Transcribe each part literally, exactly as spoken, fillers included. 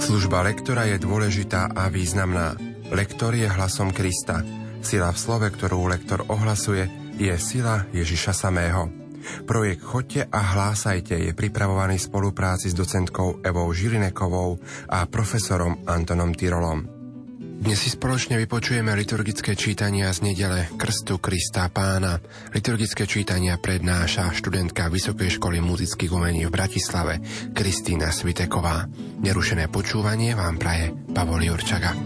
Služba lektora je dôležitá a významná. Lektor je hlasom Krista. Sila v slove, ktorú lektor ohlasuje, je sila Ježiša samého. Projekt Choďte a hlásajte je pripravovaný v spolupráci s docentkou Evou Žilinekovou a profesorom Antonom Tyrolom. Dnes si spoločne vypočujeme liturgické čítania z nedele Krstu Krista Pána. Liturgické čítania prednáša študentka Vysokej školy muzických umení v Bratislave Kristína Sviteková. Nerušené počúvanie vám praje Pavol Jurčaga.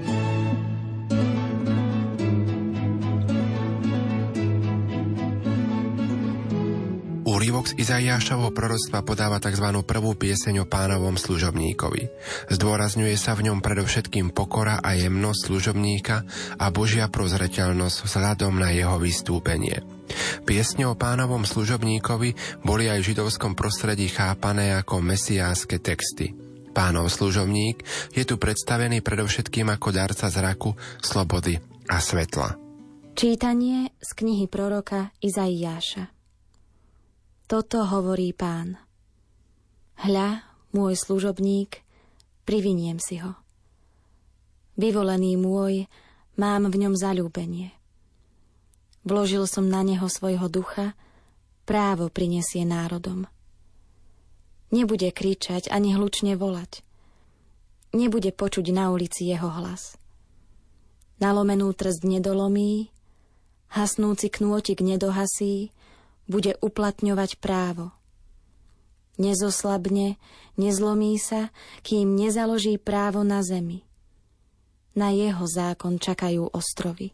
Úryvok z Izaiášovho proroctva podáva tzv. Prvú pieseň o Pánovom služobníkovi. Zdôrazňuje sa v ňom predovšetkým pokora a jemnosť služobníka a Božia prozreteľnosť vzhľadom na jeho vystúpenie. Piesne o Pánovom služobníkovi boli aj v židovskom prostredí chápané ako mesiánske texty. Pánov služobník je tu predstavený predovšetkým ako darca zraku, slobody a svetla. Čítanie z knihy proroka Izaiáša. Toto hovorí Pán. Hľa, môj služobník, priviniem si ho. Vyvolený môj, mám v ňom zaľúbenie. Vložil som na neho svojho ducha, právo prinesie národom. Nebude kričať ani hlučne volať. Nebude počuť na ulici jeho hlas. Nalomenú trst nedolomí, hasnúci knôtik nedohasí, bude uplatňovať právo. Nezoslabne, nezlomí sa, kým nezaloží právo na zemi. Na jeho zákon čakajú ostrovy.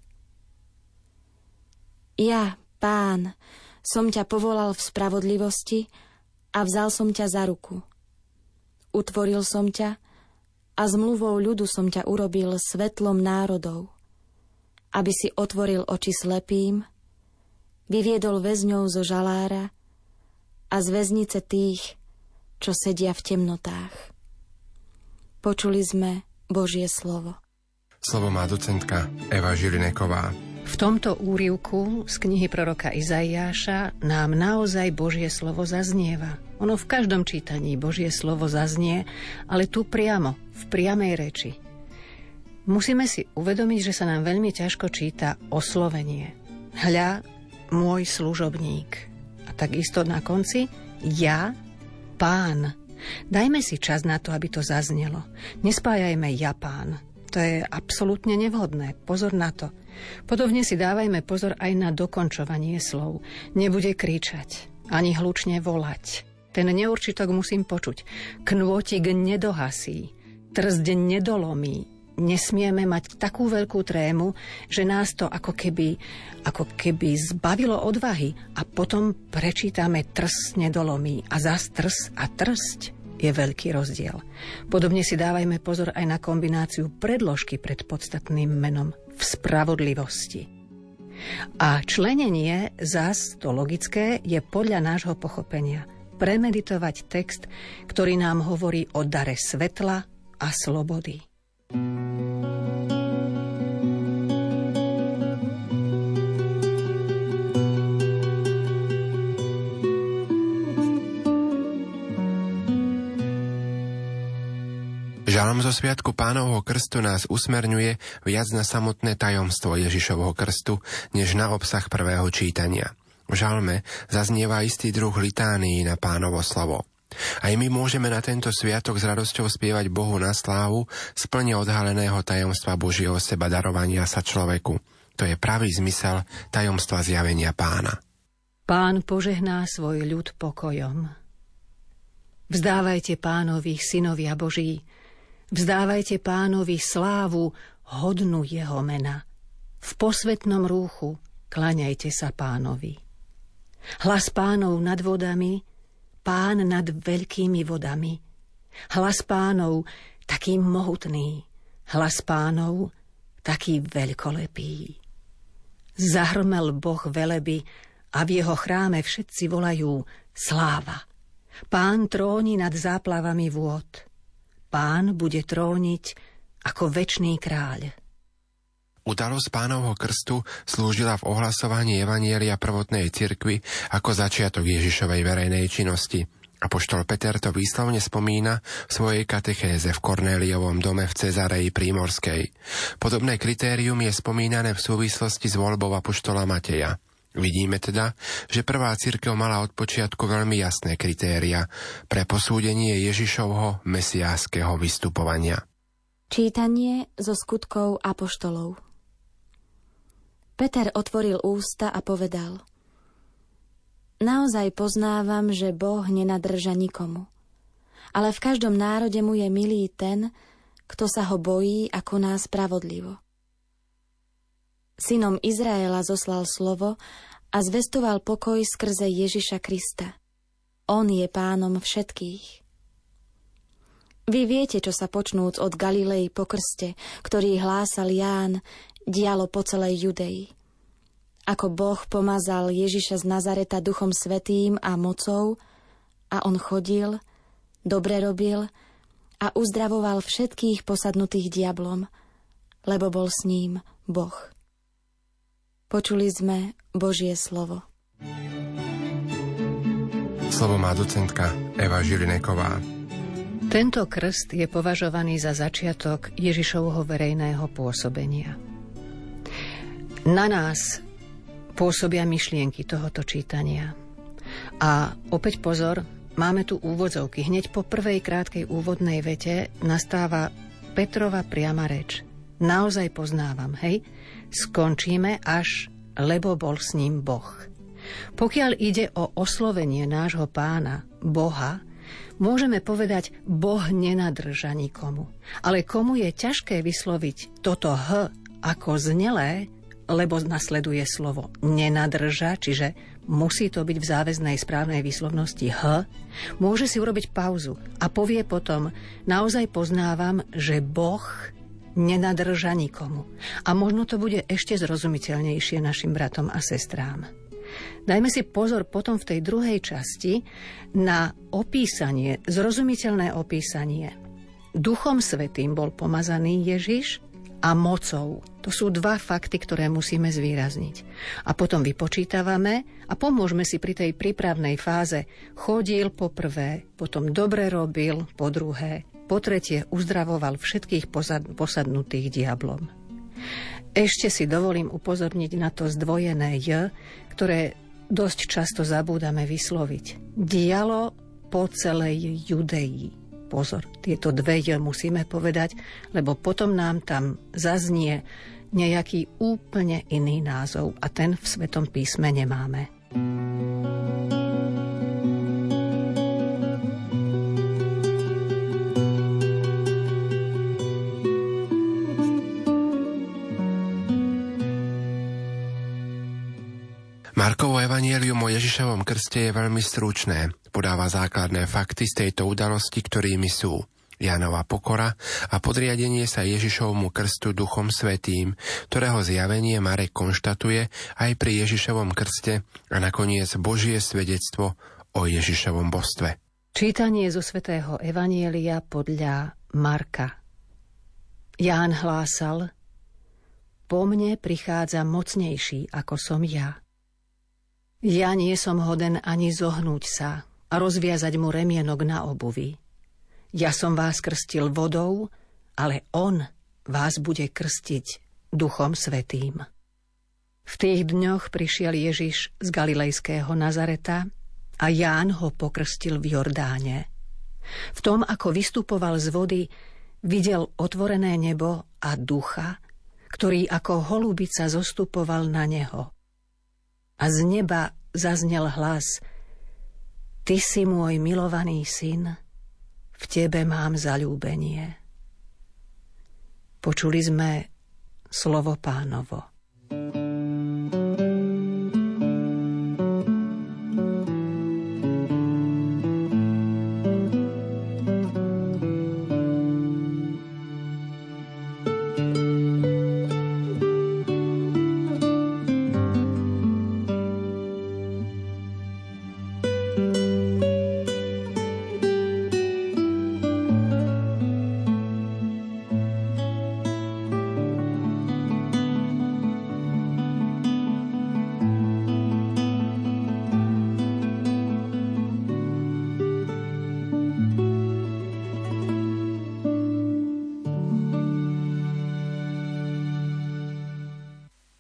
Ja, Pán, som ťa povolal v spravodlivosti a vzal som ťa za ruku. Utvoril som ťa a zmluvou ľudu som ťa urobil svetlom národov, aby si otvoril oči slepým, vyviedol väzňov zo žalára a z väznice tých, čo sedia v temnotách. Počuli sme Božie slovo. Slovo má docentka Eva Žilineková. V tomto úryvku z knihy proroka Izaiáša nám naozaj Božie slovo zaznieva. Ono v každom čítaní Božie slovo zaznie, ale tu priamo, v priamej reči. Musíme si uvedomiť, že sa nám veľmi ťažko číta oslovenie. Hľa, môj služobník. A takisto na konci ja, Pán. Dajme si čas na to, aby to zaznelo. Nespájajme ja, Pán. To je absolútne nevhodné. Pozor na to. Podobne si dávajme pozor aj na dokončovanie slov. Nebude kričať, ani hlučne volať. Ten neurčitok musím počuť. Knôtik nedohasí, trst nedolomí. Nesmieme mať takú veľkú trému, že nás to ako keby, ako keby zbavilo odvahy a potom prečítame trst nedolomí a zas trst a trst je veľký rozdiel. Podobne si dávajme pozor aj na kombináciu predložky pred podstatným menom v spravodlivosti. A členenie zas, to logické, je podľa nášho pochopenia premeditovať text, ktorý nám hovorí o dare svetla a slobody. Žalm zo Sviatku Pánovho krstu nás usmerňuje viac na samotné tajomstvo Ježišovho krstu, než na obsah prvého čítania. V žalme zaznieva istý druh litánií na Pánovo slovo. Aj my môžeme na tento sviatok s radosťou spievať Bohu na slávu z plne odhaleného tajomstva Božieho seba darovania sa človeku. To je pravý zmysel tajomstva zjavenia Pána. Pán požehná svoj ľud pokojom. Vzdávajte Pánovi, synovia Boží, vzdávajte Pánovi slávu, hodnú jeho mena. V posvetnom rúchu kláňajte sa Pánovi. Hlas Pánov nad vodami, Pán nad veľkými vodami. Hlas Pánov taký mohutný, hlas Pánov taký veľkolepý. Zahrmel Boh veleby a v jeho chráme všetci volajú sláva. Pán tróni nad záplavami vôd. Pán bude tróniť ako večný kráľ. Udalosť Pánovho krstu slúžila v ohlasovaní evanjelia prvotnej cirkvi ako začiatok Ježišovej verejnej činnosti. Apoštol Peter to výslovne spomína v svojej katechéze v Kornéliovom dome v Cezareji Prímorskej. Podobné kritérium je spomínané v súvislosti s voľbou apoštola Mateja. Vidíme teda, že prvá cirkev mala od počiatku veľmi jasné kritéria pre posúdenie Ježišovho mesiášskeho vystupovania. Čítanie zo skutkov apoštolov. Peter otvoril ústa a povedal: Naozaj poznávam, že Boh nenadrža nikomu, ale v každom národe mu je milý ten, kto sa ho bojí a koná spravodlivo. Synom Izraela zoslal slovo a zvestoval pokoj skrze Ježiša Krista. On je pánom všetkých. Vy viete, čo sa počnúc od Galilei po krste, ktorý hlásal Ján, dialo po celej Judei. Ako Boh pomazal Ježiša z Nazareta Duchom Svätým a mocou, a on chodil, dobre robil a uzdravoval všetkých posadnutých diablom, lebo bol s ním Boh. Počuli sme Božie slovo. Slovo má docentka Eva Žilineková. Tento krst je považovaný za začiatok Ježišovho verejného pôsobenia. Na nás pôsobia myšlienky tohoto čítania. A opäť pozor, máme tu úvodzovky. Hneď po prvej krátkej úvodnej vete nastáva Petrova priama reč. Naozaj poznávam, hej? Skončíme až, lebo bol s ním Boh. Pokiaľ ide o oslovenie nášho pána, Boha, môžeme povedať, Boh nenadrža nikomu. Ale komu je ťažké vysloviť toto H ako znelé, lebo nasleduje slovo nenadrža, čiže musí to byť v záväznej správnej výslovnosti H, môže si urobiť pauzu a povie potom, naozaj poznávam, že Boh nenadrža nikomu. A možno to bude ešte zrozumiteľnejšie našim bratom a sestrám. Dajme si pozor potom v tej druhej časti na opísanie, zrozumiteľné opísanie. Duchom Svätým bol pomazaný Ježiš a mocou. To sú dva fakty, ktoré musíme zvýrazniť. A potom vypočítavame a pomôžme si pri tej prípravnej fáze. Chodil po prvé, potom dobre robil po druhé, po tretie uzdravoval všetkých posad- posadnutých diablom. Ešte si dovolím upozorniť na to zdvojené J, ktoré dosť často zabúdame vysloviť. Dialo po celej Judei. Pozor, tieto dve J musíme povedať, lebo potom nám tam zaznie nejaký úplne iný názov a ten v Svetom písme nemáme. Markovo evanjelium o Ježišovom krste je veľmi stručné. Podáva základné fakty z tejto udalosti, ktorými sú Jánova pokora a podriadenie sa Ježišovmu krstu Duchom Svätým, ktorého zjavenie Marek konštatuje aj pri Ježišovom krste a nakoniec Božie svedectvo o Ježišovom božstve. Čítanie zo svätého evanjelia podľa Marka. Ján hlásal: Po mne prichádza mocnejší, ako som ja. Ja nie som hoden ani zohnúť sa a rozviazať mu remienok na obuvi. Ja som vás krstil vodou, ale on vás bude krstiť Duchom Svätým. V tých dňoch prišiel Ježiš z galilejského Nazareta a Ján ho pokrstil v Jordáne. V tom, ako vystupoval z vody, videl otvorené nebo a ducha, ktorý ako holubica zostupoval na neho. A z neba zaznel hlas: Ty si môj milovaný syn, v tebe mám zaľúbenie. Počuli sme slovo Pánovo.